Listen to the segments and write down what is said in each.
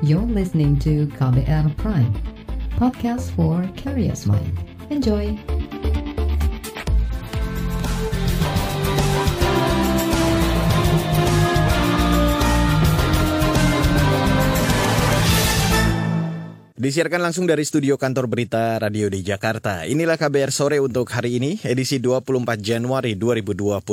You're listening to KBR Prime, podcast for curious mind. Enjoy! Disiarkan langsung dari studio kantor berita Radio di Jakarta. Inilah KBR Sore untuk hari ini, edisi 24 Januari 2022.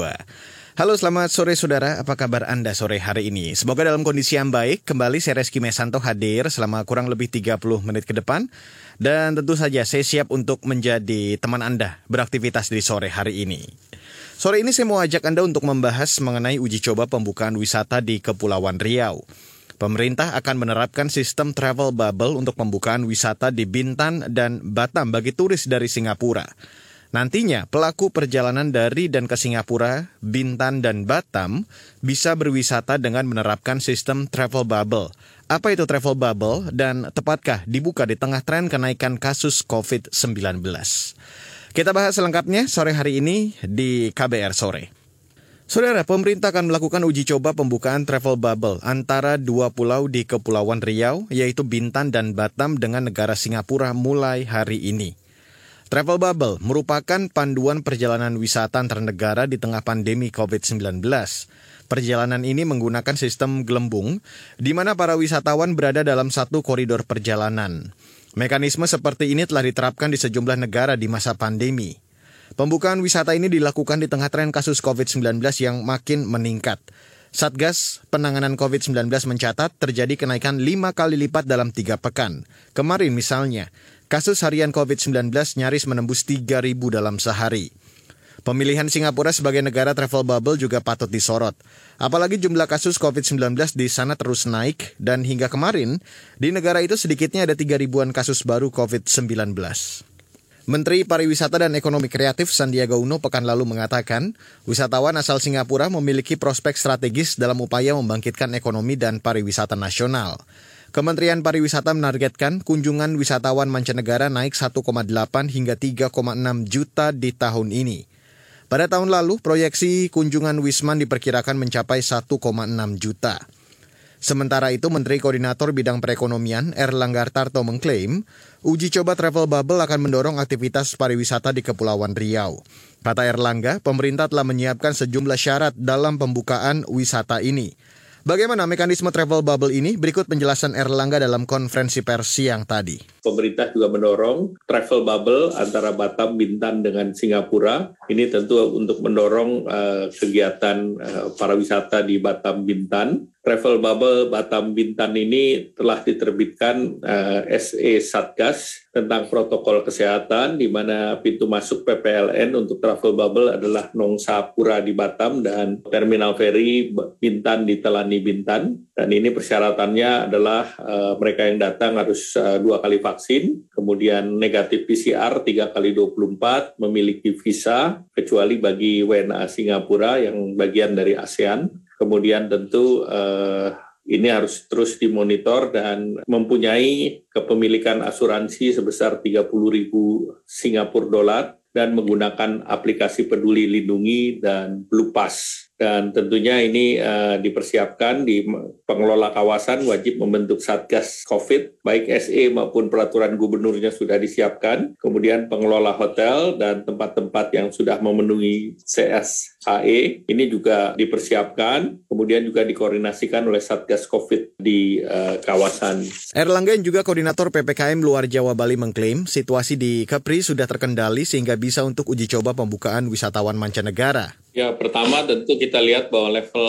Halo, selamat sore saudara, apa kabar Anda sore hari ini? Semoga dalam kondisi yang baik. Kembali saya Reski Mesanto hadir selama kurang lebih 30 menit ke depan. Dan tentu saja saya siap untuk menjadi teman Anda beraktivitas di sore hari ini. Sore ini saya mau ajak Anda untuk membahas mengenai uji coba pembukaan wisata di Kepulauan Riau. Pemerintah akan menerapkan sistem travel bubble untuk pembukaan wisata di Bintan dan Batam bagi turis dari Singapura. Nantinya, pelaku perjalanan dari dan ke Singapura, Bintan, dan Batam bisa berwisata dengan menerapkan sistem travel bubble. Apa itu travel bubble dan tepatkah dibuka di tengah tren kenaikan kasus COVID-19? Kita bahas selengkapnya sore hari ini di KBR Sore. Saudara, pemerintah akan melakukan uji coba pembukaan travel bubble antara dua pulau di Kepulauan Riau, yaitu Bintan dan Batam dengan negara Singapura mulai hari ini. Travel bubble merupakan panduan perjalanan wisata antar negara di tengah pandemi COVID-19. Perjalanan ini menggunakan sistem gelembung, di mana para wisatawan berada dalam satu koridor perjalanan. Mekanisme seperti ini telah diterapkan di sejumlah negara di masa pandemi. Pembukaan wisata ini dilakukan di tengah tren kasus COVID-19 yang makin meningkat. Satgas Penanganan COVID-19 mencatat terjadi kenaikan 5 kali lipat dalam 3 pekan. Kemarin misalnya, kasus harian COVID-19 nyaris menembus 3.000 dalam sehari. Pemilihan Singapura sebagai negara travel bubble juga patut disorot. Apalagi jumlah kasus COVID-19 di sana terus naik dan hingga kemarin, di negara itu sedikitnya ada 3.000-an kasus baru COVID-19. Menteri Pariwisata dan Ekonomi Kreatif Sandiaga Uno pekan lalu mengatakan, wisatawan asal Singapura memiliki prospek strategis dalam upaya membangkitkan ekonomi dan pariwisata nasional. Kementerian Pariwisata menargetkan kunjungan wisatawan mancanegara naik 1,8 hingga 3,6 juta di tahun ini. Pada tahun lalu, proyeksi kunjungan Wisman diperkirakan mencapai 1,6 juta. Sementara itu, Menteri Koordinator Bidang Perekonomian Erlangga Hartarto mengklaim, uji coba travel bubble akan mendorong aktivitas pariwisata di Kepulauan Riau. Kata Erlangga, pemerintah telah menyiapkan sejumlah syarat dalam pembukaan wisata ini. Bagaimana mekanisme travel bubble ini? Berikut penjelasan Erlangga dalam konferensi pers siang tadi. Pemerintah juga mendorong travel bubble antara Batam, Bintan dengan Singapura. Ini tentu untuk mendorong kegiatan pariwisata di Batam, Bintan. Travel bubble Batam Bintan ini telah diterbitkan SE Satgas tentang protokol kesehatan, di mana pintu masuk PPLN untuk travel bubble adalah Nongsapura di Batam dan Terminal Feri Bintan di Telani Bintan. Dan ini persyaratannya adalah mereka yang datang harus 2 kali vaksin, kemudian negatif PCR 3 kali 24, memiliki visa, kecuali bagi WNA Singapura yang bagian dari ASEAN. Kemudian tentu ini harus terus dimonitor dan mempunyai kepemilikan asuransi sebesar 30.000 Singapura dolar dan menggunakan aplikasi Peduli Lindungi dan Bluepass. Dan tentunya ini dipersiapkan di pengelola kawasan wajib membentuk Satgas COVID, baik SE maupun peraturan gubernurnya sudah disiapkan. Kemudian pengelola hotel dan tempat-tempat yang sudah memenuhi CSHE ini juga dipersiapkan. Kemudian juga dikoordinasikan oleh Satgas COVID di kawasan. Erlangga yang juga koordinator PPKM luar Jawa Bali mengklaim situasi di Kepri sudah terkendali sehingga bisa untuk uji coba pembukaan wisatawan mancanegara. Ya, pertama tentu kita lihat bahwa level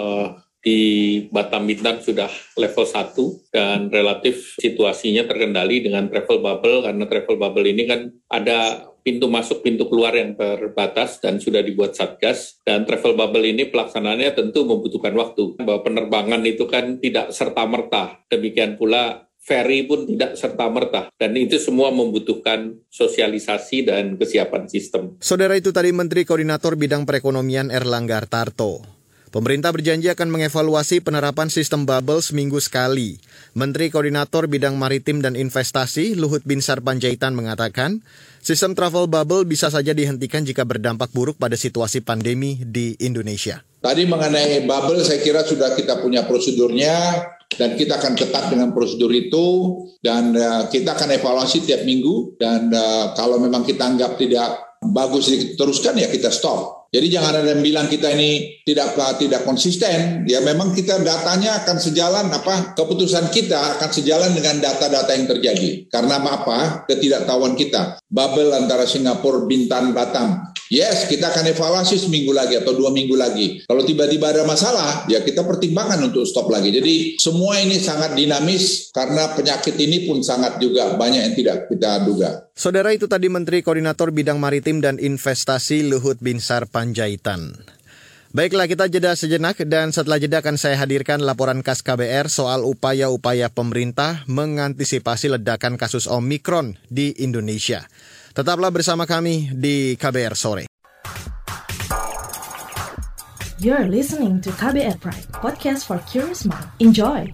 di Batam Bintan sudah level 1 dan relatif situasinya terkendali dengan travel bubble, karena travel bubble ini kan ada pintu masuk, pintu keluar yang terbatas dan sudah dibuat Satgas. Dan travel bubble ini pelaksanaannya tentu membutuhkan waktu. Bahwa penerbangan itu kan tidak serta-merta. Demikian pula ferry pun tidak serta-merta. Dan itu semua membutuhkan sosialisasi dan kesiapan sistem. Saudara, itu tadi Menteri Koordinator Bidang Perekonomian Erlangga Hartarto. Pemerintah berjanji akan mengevaluasi penerapan sistem bubble seminggu sekali. Menteri Koordinator Bidang Maritim dan Investasi Luhut Binsar Panjaitan mengatakan, sistem travel bubble bisa saja dihentikan jika berdampak buruk pada situasi pandemi di Indonesia. Tadi mengenai bubble saya kira sudah kita punya prosedurnya. dan kita akan ketat dengan prosedur itu, dan kita akan evaluasi tiap minggu, dan kalau memang kita anggap tidak bagus diteruskan ya kita stop. Jadi jangan ada yang bilang kita ini tidak konsisten. Ya memang kita datanya akan sejalan, keputusan kita akan sejalan dengan data-data yang terjadi. Karena apa? Ketidaktahuan kita. Bubble antara Singapura, Bintan, Batam. Yes, kita akan evaluasi seminggu lagi atau 2 minggu lagi. Kalau tiba-tiba ada masalah, ya kita pertimbangkan untuk stop lagi. Jadi semua ini sangat dinamis karena penyakit ini pun sangat juga banyak yang tidak kita duga. Saudara, itu tadi Menteri Koordinator Bidang Maritim dan Investasi Luhut Binsar Panjaitan. Baiklah, kita jeda sejenak dan setelah jeda akan saya hadirkan laporan khas KBR soal upaya-upaya pemerintah mengantisipasi ledakan kasus Omikron di Indonesia. Tetaplah bersama kami di KBR Sore. You're listening to KBR Pride, podcast for curious mind. Enjoy!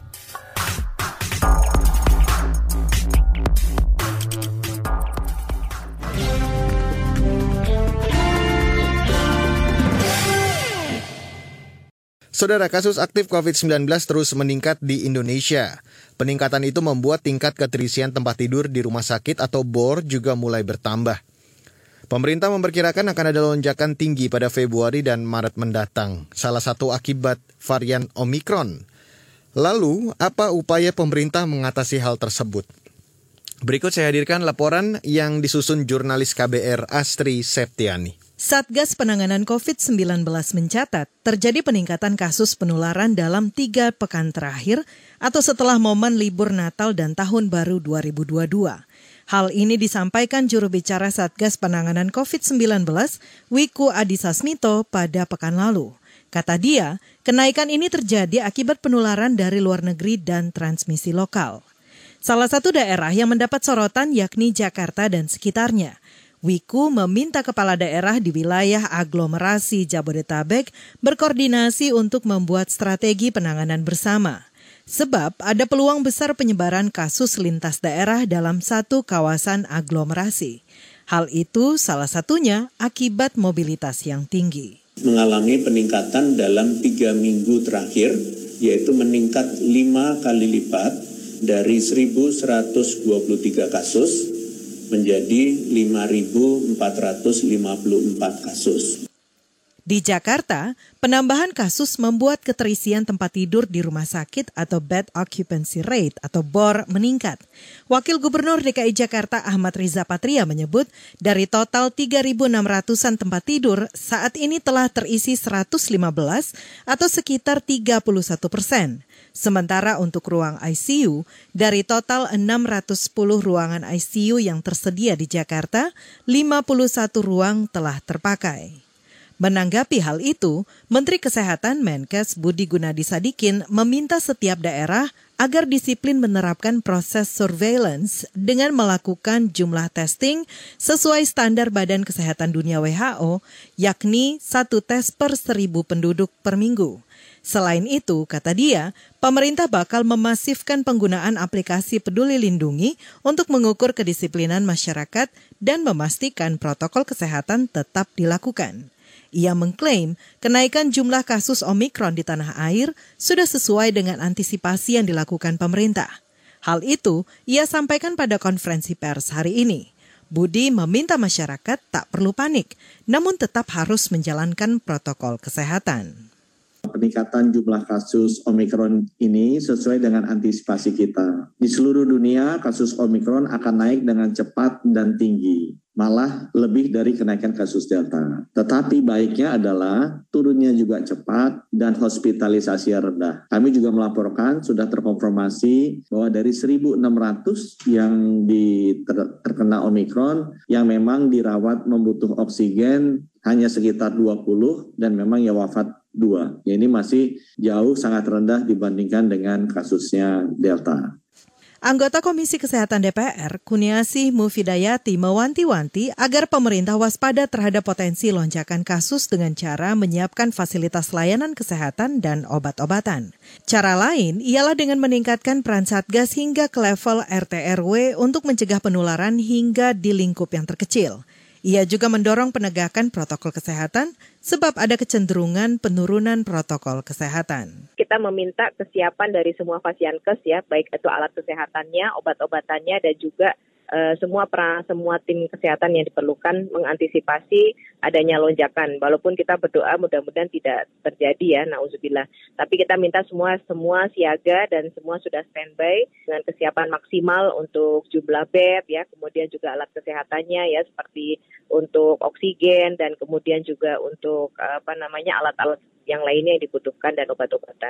Saudara, kasus aktif COVID-19 terus meningkat di Indonesia. Peningkatan itu membuat tingkat keterisian tempat tidur di rumah sakit atau BOR juga mulai bertambah. Pemerintah memperkirakan akan ada lonjakan tinggi pada Februari dan Maret mendatang, salah satu akibat varian Omikron. Lalu, apa upaya pemerintah mengatasi hal tersebut? Berikut saya hadirkan laporan yang disusun jurnalis KBR Astri Septiani. Satgas Penanganan COVID-19 mencatat terjadi peningkatan kasus penularan dalam 3 pekan terakhir atau setelah momen libur Natal dan Tahun Baru 2022. Hal ini disampaikan juru bicara Satgas Penanganan COVID-19, Wiku Adhisa Smito, pada pekan lalu. Kata dia, kenaikan ini terjadi akibat penularan dari luar negeri dan transmisi lokal. Salah satu daerah yang mendapat sorotan yakni Jakarta dan sekitarnya. Wiku meminta kepala daerah di wilayah aglomerasi Jabodetabek berkoordinasi untuk membuat strategi penanganan bersama. Sebab ada peluang besar penyebaran kasus lintas daerah dalam satu kawasan aglomerasi. Hal itu salah satunya akibat mobilitas yang tinggi. Mengalami peningkatan dalam 3 minggu terakhir, yaitu meningkat 5 kali lipat dari 1.123 kasus menjadi 5.454 kasus. Di Jakarta, penambahan kasus membuat keterisian tempat tidur di rumah sakit atau bed occupancy rate atau BOR meningkat. Wakil Gubernur DKI Jakarta Ahmad Riza Patria menyebut dari total 3.600-an tempat tidur saat ini telah terisi 115 atau sekitar 31%. Sementara untuk ruang ICU, dari total 610 ruangan ICU yang tersedia di Jakarta, 51 ruang telah terpakai. Menanggapi hal itu, Menteri Kesehatan Menkes Budi Gunadi Sadikin meminta setiap daerah agar disiplin menerapkan proses surveillance dengan melakukan jumlah testing sesuai standar Badan Kesehatan Dunia WHO, yakni 1 tes per 1.000 penduduk per minggu. Selain itu, kata dia, pemerintah bakal memasifkan penggunaan aplikasi Peduli Lindungi untuk mengukur kedisiplinan masyarakat dan memastikan protokol kesehatan tetap dilakukan. Ia mengklaim kenaikan jumlah kasus Omikron di tanah air sudah sesuai dengan antisipasi yang dilakukan pemerintah. Hal itu ia sampaikan pada konferensi pers hari ini. Budi meminta masyarakat tak perlu panik, namun tetap harus menjalankan protokol kesehatan. Peningkatan jumlah kasus Omikron ini sesuai dengan antisipasi kita. Di seluruh dunia, kasus Omikron akan naik dengan cepat dan tinggi, malah lebih dari kenaikan kasus Delta. Tetapi baiknya adalah turunnya juga cepat dan hospitalisasi rendah. Kami juga melaporkan sudah terkonfirmasi bahwa dari 1.600 yang terkena Omikron yang memang dirawat membutuh oksigen hanya sekitar 20 dan memang ya wafat 2. Ya, ini masih jauh sangat rendah dibandingkan dengan kasusnya Delta. Anggota Komisi Kesehatan DPR, Kuniasih Mufidayati, mewanti-wanti agar pemerintah waspada terhadap potensi lonjakan kasus dengan cara menyiapkan fasilitas layanan kesehatan dan obat-obatan. Cara lain ialah dengan meningkatkan peran Satgas hingga ke level RT/RW untuk mencegah penularan hingga di lingkup yang terkecil. Ia juga mendorong penegakan protokol kesehatan sebab ada kecenderungan penurunan protokol kesehatan. Kita meminta kesiapan dari semua Fasiankes ya, baik itu alat kesehatannya, obat-obatannya, dan juga semua tim kesehatan yang diperlukan mengantisipasi adanya lonjakan. Walaupun kita berdoa mudah-mudahan tidak terjadi ya, nauzubillah. Tapi kita minta semua siaga dan semua sudah standby dengan kesiapan maksimal untuk jumlah bed ya, kemudian juga alat kesehatannya ya, seperti untuk oksigen dan kemudian juga untuk alat-alat yang lainnya yang dibutuhkan dan obat-obatan.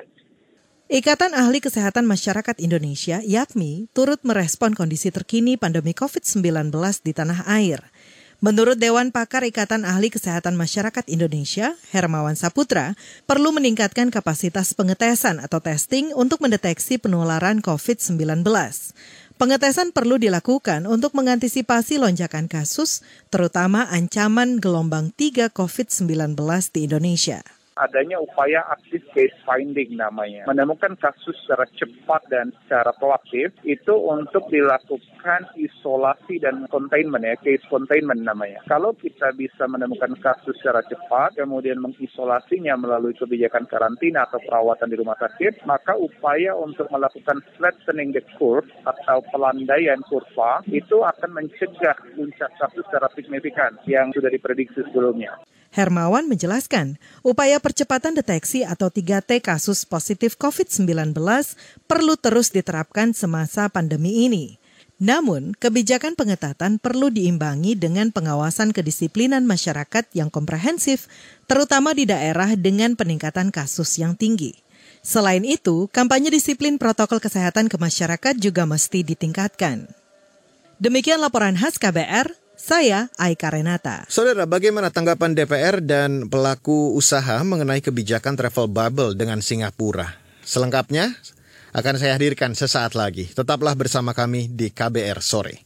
Ikatan Ahli Kesehatan Masyarakat Indonesia, IAKMI, turut merespon kondisi terkini pandemi COVID-19 di tanah air. Menurut Dewan Pakar Ikatan Ahli Kesehatan Masyarakat Indonesia, Hermawan Saputra, perlu meningkatkan kapasitas pengetesan atau testing untuk mendeteksi penularan COVID-19. Pengetesan perlu dilakukan untuk mengantisipasi lonjakan kasus, terutama ancaman gelombang 3 COVID-19 di Indonesia. Adanya upaya aktif case finding namanya. Menemukan kasus secara cepat dan secara proaktif itu untuk dilakukan isolasi dan containment ya, case containment namanya. Kalau kita bisa menemukan kasus secara cepat, kemudian mengisolasinya melalui kebijakan karantina atau perawatan di rumah sakit, maka upaya untuk melakukan flattening the curve atau pelandaian kurva itu akan mencegah puncak kasus secara signifikan yang sudah diprediksi sebelumnya. Hermawan menjelaskan, upaya percepatan deteksi atau 3T kasus positif COVID-19 perlu terus diterapkan semasa pandemi ini. Namun, kebijakan pengetatan perlu diimbangi dengan pengawasan kedisiplinan masyarakat yang komprehensif, terutama di daerah dengan peningkatan kasus yang tinggi. Selain itu, kampanye disiplin protokol kesehatan ke masyarakat juga mesti ditingkatkan. Demikian laporan khas KBR. Saya Aika Renata. Saudara, bagaimana tanggapan DPR dan pelaku usaha mengenai kebijakan travel bubble dengan Singapura? Selengkapnya akan saya hadirkan sesaat lagi. Tetaplah bersama kami di KBR Sore.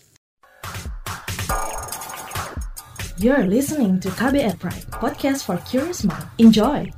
You're listening to KBR Pride, podcast for curious mind. Enjoy!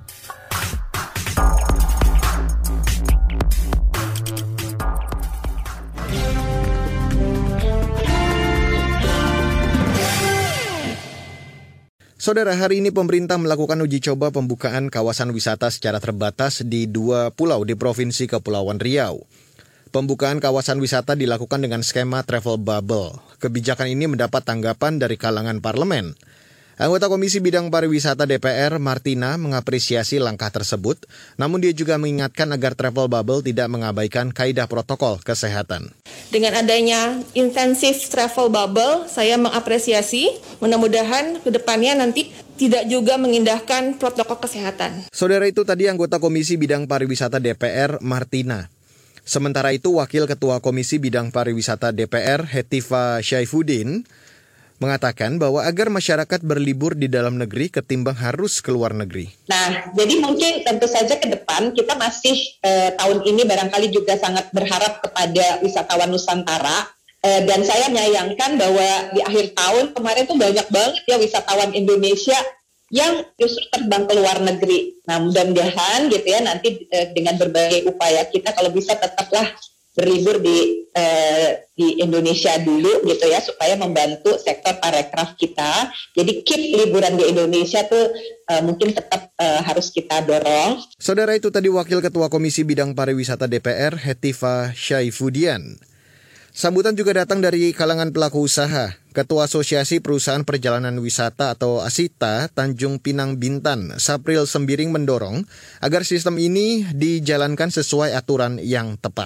Saudara, hari ini pemerintah melakukan uji coba pembukaan kawasan wisata secara terbatas di 2 pulau di Provinsi Kepulauan Riau. Pembukaan kawasan wisata dilakukan dengan skema travel bubble. Kebijakan ini mendapat tanggapan dari kalangan parlemen. Anggota Komisi Bidang Pariwisata DPR, Martina, mengapresiasi langkah tersebut, namun dia juga mengingatkan agar travel bubble tidak mengabaikan kaidah protokol kesehatan. Dengan adanya intensif travel bubble, saya mengapresiasi, mudah-mudahan ke depannya nanti tidak juga mengindahkan protokol kesehatan. Saudara, itu tadi anggota Komisi Bidang Pariwisata DPR, Martina. Sementara itu, Wakil Ketua Komisi Bidang Pariwisata DPR, Hetiva Syaifuddin, mengatakan bahwa agar masyarakat berlibur di dalam negeri ketimbang harus keluar negeri. Nah, jadi mungkin tentu saja ke depan kita masih tahun ini barangkali juga sangat berharap kepada wisatawan Nusantara. Dan saya menyayangkan bahwa di akhir tahun kemarin tuh banyak banget ya wisatawan Indonesia yang justru terbang ke luar negeri. Nah, mudah-mudahan gitu ya nanti dengan berbagai upaya kita kalau bisa tetaplah berlibur di Indonesia dulu gitu ya supaya membantu sektor parekraf kita. Jadi keep liburan di Indonesia tuh mungkin tetap harus kita dorong. Saudara, itu tadi Wakil Ketua Komisi Bidang Pariwisata DPR, Hetiva Syaifuddin. Sambutan juga datang dari kalangan pelaku usaha. Ketua Asosiasi Perusahaan Perjalanan Wisata atau ASITA Tanjung Pinang Bintan, Sapril Sembiring mendorong agar sistem ini dijalankan sesuai aturan yang tepat.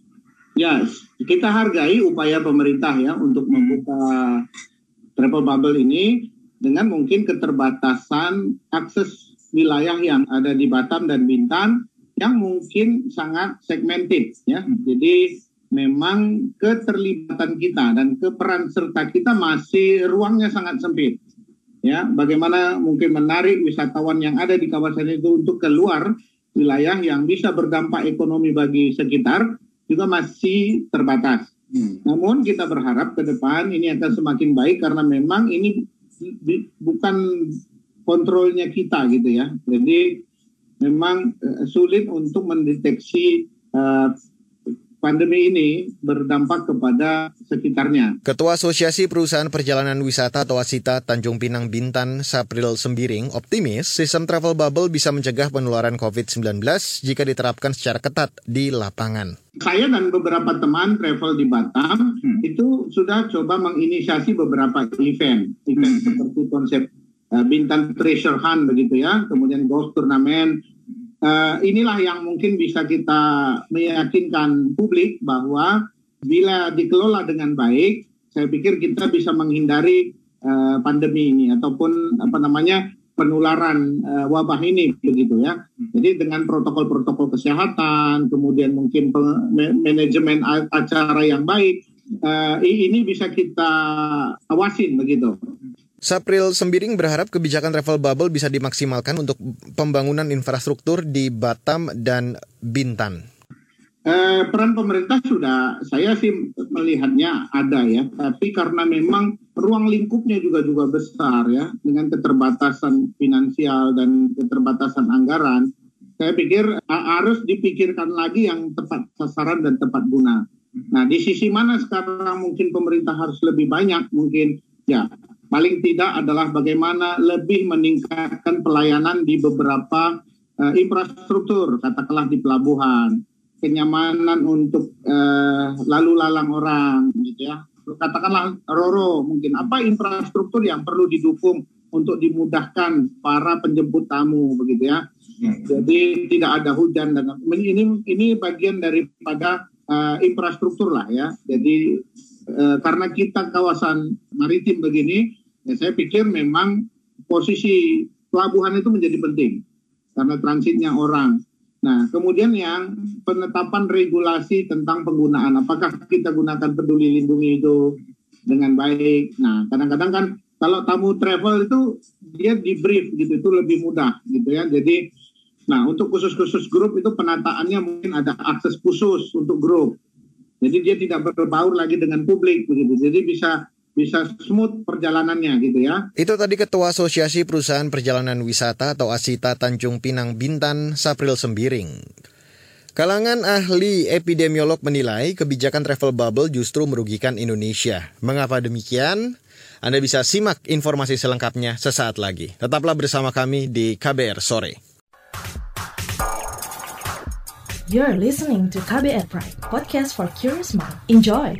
Ya, kita hargai upaya pemerintah ya untuk membuka travel bubble ini dengan mungkin keterbatasan akses wilayah yang ada di Batam dan Bintan yang mungkin sangat segmented ya. Jadi memang keterlibatan kita dan keperan serta kita masih ruangnya sangat sempit. Ya, bagaimana mungkin menarik wisatawan yang ada di kawasan itu untuk keluar wilayah yang bisa berdampak ekonomi bagi sekitar juga masih terbatas. Namun kita berharap ke depan ini akan semakin baik karena memang ini bukan kontrolnya kita gitu ya. Jadi memang sulit untuk mendeteksi pandemi ini berdampak kepada sekitarnya. Ketua Asosiasi Perusahaan Perjalanan Wisata atau ASITA Tanjung Pinang Bintan, Sapril Sembiring, optimis sistem travel bubble bisa mencegah penularan COVID-19 jika diterapkan secara ketat di lapangan. Saya dan beberapa teman travel di Batam itu sudah coba menginisiasi beberapa event seperti konsep Bintan Treasure Hunt begitu ya, kemudian golf turnamen. Inilah yang mungkin bisa kita meyakinkan publik bahwa bila dikelola dengan baik, saya pikir kita bisa menghindari pandemi ini ataupun penularan wabah ini begitu ya. Jadi dengan protokol-protokol kesehatan, kemudian mungkin manajemen acara yang baik, ini bisa kita awasin begitu. Sapril Sembiring berharap kebijakan travel bubble bisa dimaksimalkan untuk pembangunan infrastruktur di Batam dan Bintan. Peran pemerintah sudah, saya sih melihatnya ada ya, tapi karena memang ruang lingkupnya juga besar ya, dengan keterbatasan finansial dan keterbatasan anggaran, saya pikir harus dipikirkan lagi yang tepat sasaran dan tepat guna. Nah, di sisi mana sekarang mungkin pemerintah harus lebih banyak mungkin ya. Paling tidak adalah bagaimana lebih meningkatkan pelayanan di beberapa infrastruktur, katakanlah di pelabuhan, kenyamanan untuk lalu lalang orang, gitu ya. Katakanlah Roro, mungkin apa infrastruktur yang perlu didukung untuk dimudahkan para penjemput tamu, begitu ya. Jadi tidak ada hujan dan ini bagian daripada infrastruktur lah ya. Jadi karena kita kawasan maritim begini. Ya, saya pikir memang posisi pelabuhan itu menjadi penting karena transitnya orang. Nah, kemudian yang penetapan regulasi tentang penggunaan, apakah kita gunakan peduli lindungi itu dengan baik. Nah, kadang-kadang kan kalau tamu travel itu dia di brief gitu, itu lebih mudah gitu ya. Jadi, nah untuk khusus grup itu penataannya mungkin ada akses khusus untuk grup. Jadi dia tidak berbaur lagi dengan publik begitu. Jadi bisa smooth perjalanannya gitu ya. Itu tadi Ketua Asosiasi Perusahaan Perjalanan Wisata atau ASITA Tanjung Pinang Bintan, Sapril Sembiring. Kalangan ahli epidemiolog menilai kebijakan travel bubble justru merugikan Indonesia. Mengapa demikian? Anda bisa simak informasi selengkapnya sesaat lagi. Tetaplah bersama kami di KBR Sore. You're listening to KBR Pride, podcast for curious mind. Enjoy!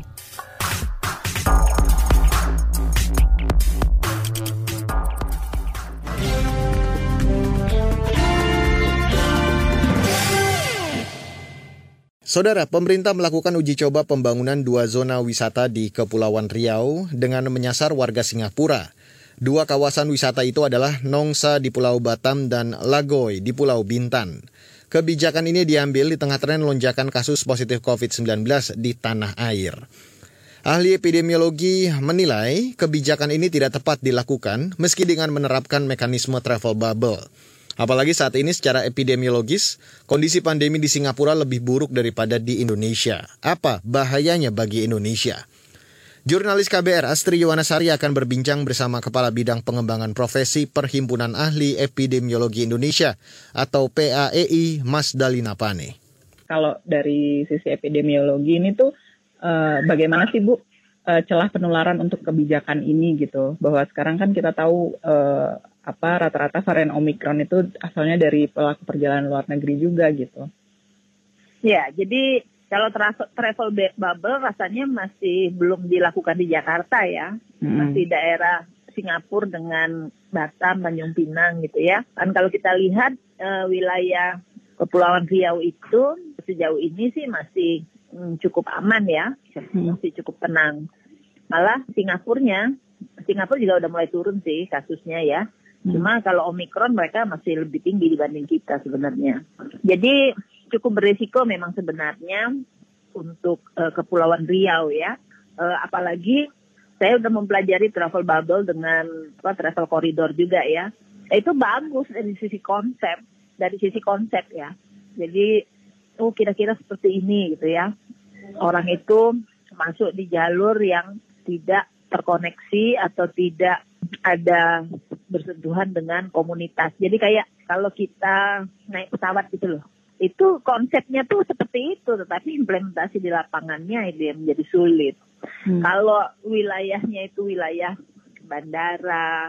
Saudara, pemerintah melakukan uji coba pembangunan 2 zona wisata di Kepulauan Riau dengan menyasar warga Singapura. 2 kawasan wisata itu adalah Nongsa di Pulau Batam dan Lagoy di Pulau Bintan. Kebijakan ini diambil di tengah tren lonjakan kasus positif COVID-19 di tanah air. Ahli epidemiologi menilai kebijakan ini tidak tepat dilakukan meski dengan menerapkan mekanisme travel bubble. Apalagi saat ini secara epidemiologis, kondisi pandemi di Singapura lebih buruk daripada di Indonesia. Apa bahayanya bagi Indonesia? Jurnalis KBR Astri Yowanasari akan berbincang bersama Kepala Bidang Pengembangan Profesi Perhimpunan Ahli Epidemiologi Indonesia atau PAEI, Mas Dalina Pane. Kalau dari sisi epidemiologi ini tuh bagaimana sih Bu celah penularan untuk kebijakan ini gitu? Bahwa sekarang kan kita tahu rata-rata varian Omikron itu asalnya dari pelaku perjalanan luar negeri juga gitu. Ya, jadi kalau travel bubble rasanya masih belum dilakukan di Jakarta ya. Masih daerah Singapura dengan Batam, Tanjung Pinang gitu ya. Kan kalau kita lihat wilayah Kepulauan Riau itu sejauh ini sih masih cukup aman ya. Masih cukup tenang. Malah Singapura juga udah mulai turun sih kasusnya ya. Cuma kalau Omikron mereka masih lebih tinggi dibanding kita sebenarnya. Jadi cukup berisiko memang sebenarnya untuk Kepulauan Riau ya. Apalagi saya udah mempelajari travel bubble dengan travel corridor juga ya. Itu bagus dari sisi konsep ya. Jadi kira-kira seperti ini gitu ya. Orang itu masuk di jalur yang tidak terkoneksi atau tidak ada bersentuhan dengan komunitas. Jadi kayak kalau kita naik pesawat gitu loh. Itu konsepnya tuh seperti itu, tetapi implementasi di lapangannya itu yang menjadi sulit. Kalau wilayahnya itu wilayah bandara,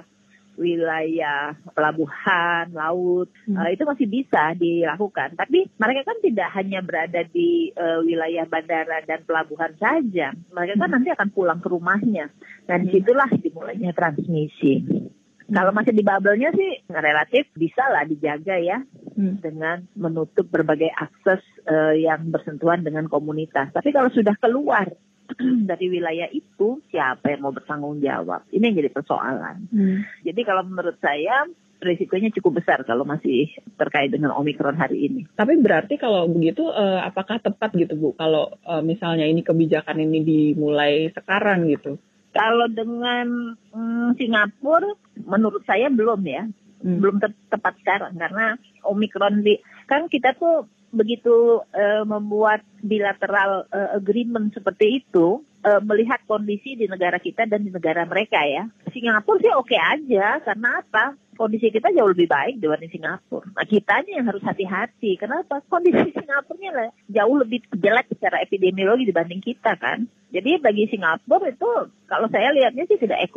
wilayah pelabuhan, laut, itu masih bisa dilakukan. Tapi mereka kan tidak hanya berada di wilayah bandara dan pelabuhan saja. Mereka kan nanti akan pulang ke rumahnya. Nah, disitulah dimulainya transmisi. Kalau masih di bubble-nya sih relatif bisa lah dijaga ya, dengan menutup berbagai akses yang bersentuhan dengan komunitas. Tapi kalau sudah keluar dari wilayah itu, siapa yang mau bertanggung jawab? Ini yang jadi persoalan. Jadi kalau menurut saya risikonya cukup besar kalau masih terkait dengan Omikron hari ini. Tapi berarti kalau begitu apakah tepat gitu Bu, kalau misalnya ini kebijakan ini dimulai sekarang gitu? Kalau dengan Singapura, menurut saya belum ya, belum tepat sekarang karena Omikron kan kita tuh begitu membuat bilateral agreement seperti itu, melihat kondisi di negara kita dan di negara mereka ya. Singapura sih oke aja, karena apa? Kondisi kita jauh lebih baik dibanding Singapura. Nah, kitanya yang harus hati-hati. Kenapa? Kondisi Singapurnya jauh lebih jelek secara epidemiologi dibanding kita kan. Jadi bagi Singapura itu, kalau saya lihatnya sih tidak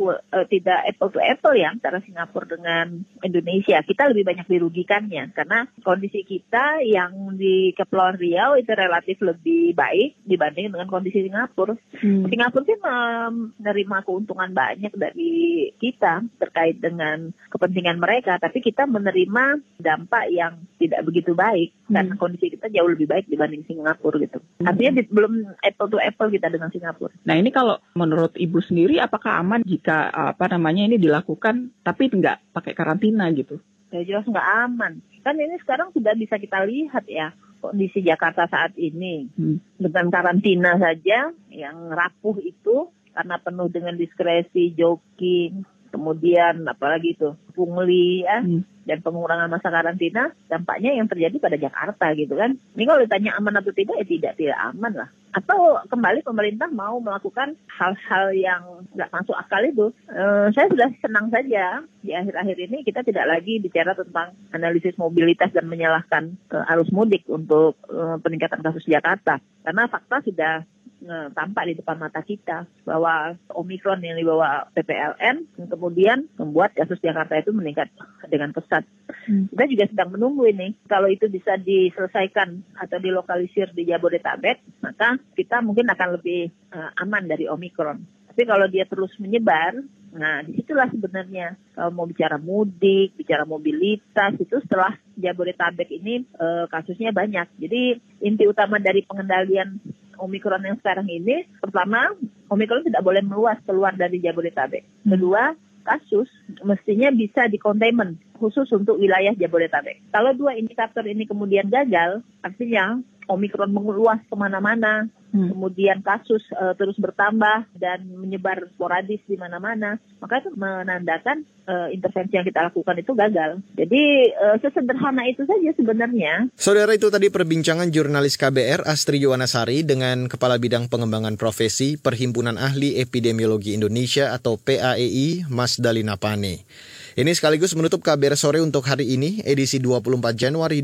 apple to apple ya antara Singapura dengan Indonesia. Kita lebih banyak dirugikannya karena kondisi kita yang di Kepulauan Riau itu relatif lebih baik dibanding dengan kondisi Singapura. Singapura sih menerima keuntungan banyak dari kita terkait dengan kepentingan mereka, tapi kita menerima dampak yang tidak begitu baik karena kondisi kita jauh lebih baik dibanding Singapura gitu. Artinya belum apple to apple kita dengan Singapura. Nah, ini kalau menurut Ibu sendiri apakah aman jika ini dilakukan tapi nggak pakai karantina gitu? Ya jelas nggak aman. Kan ini sekarang sudah bisa kita lihat ya kondisi Jakarta saat ini. Dengan karantina saja yang rapuh itu karena penuh dengan diskresi, jogging, kemudian apalagi itu pungli ya, dan pengurangan masa karantina, dampaknya yang terjadi pada Jakarta gitu kan. Ini kalau ditanya aman atau tidak, ya tidak aman lah. Atau kembali pemerintah mau melakukan hal-hal yang nggak masuk akal itu. Saya sudah senang saja di akhir-akhir ini kita tidak lagi bicara tentang analisis mobilitas dan menyalahkan arus mudik untuk peningkatan kasus Jakarta. Karena fakta sudah tampak di depan mata kita bahwa Omikron yang dibawa PPLN kemudian membuat kasus Jakarta itu meningkat dengan pesat. Kita juga sedang menunggu ini. Kalau itu bisa diselesaikan atau dilokalisir di Jabodetabek, maka kita mungkin akan lebih aman dari Omikron. Tapi kalau dia terus menyebar, nah disitulah sebenarnya kalau mau bicara mudik, bicara mobilitas, itu setelah Jabodetabek ini kasusnya banyak. Jadi inti utama dari pengendalian Omikron yang sekarang ini, pertama, Omikron tidak boleh meluas keluar dari Jabodetabek. Kedua, kasus mestinya bisa di-containment khusus untuk wilayah Jabodetabek. Kalau dua indikator ini kemudian gagal, artinya Omikron meluas kemana-mana, kemudian kasus terus bertambah dan menyebar sporadis di mana-mana, maka itu menandakan intervensi yang kita lakukan itu gagal. Jadi sesederhana itu saja sebenarnya. Saudara, itu tadi perbincangan jurnalis KBR Astri Yuwanasari dengan Kepala Bidang Pengembangan Profesi Perhimpunan Ahli Epidemiologi Indonesia atau PAEI, Mas Dalina Pane. Ini sekaligus menutup KBR Sore untuk hari ini, edisi 24 Januari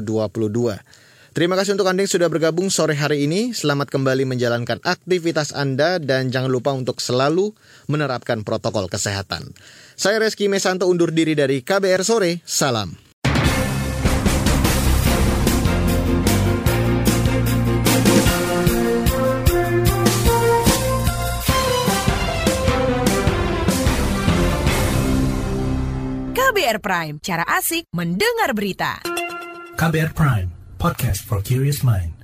2022. Terima kasih untuk Anda yang sudah bergabung sore hari ini. Selamat kembali menjalankan aktivitas Anda dan jangan lupa untuk selalu menerapkan protokol kesehatan. Saya Reski Mesanto undur diri dari KBR Sore. Salam. KBR Prime, cara asik mendengar berita. KBR Prime, podcast for curious mind.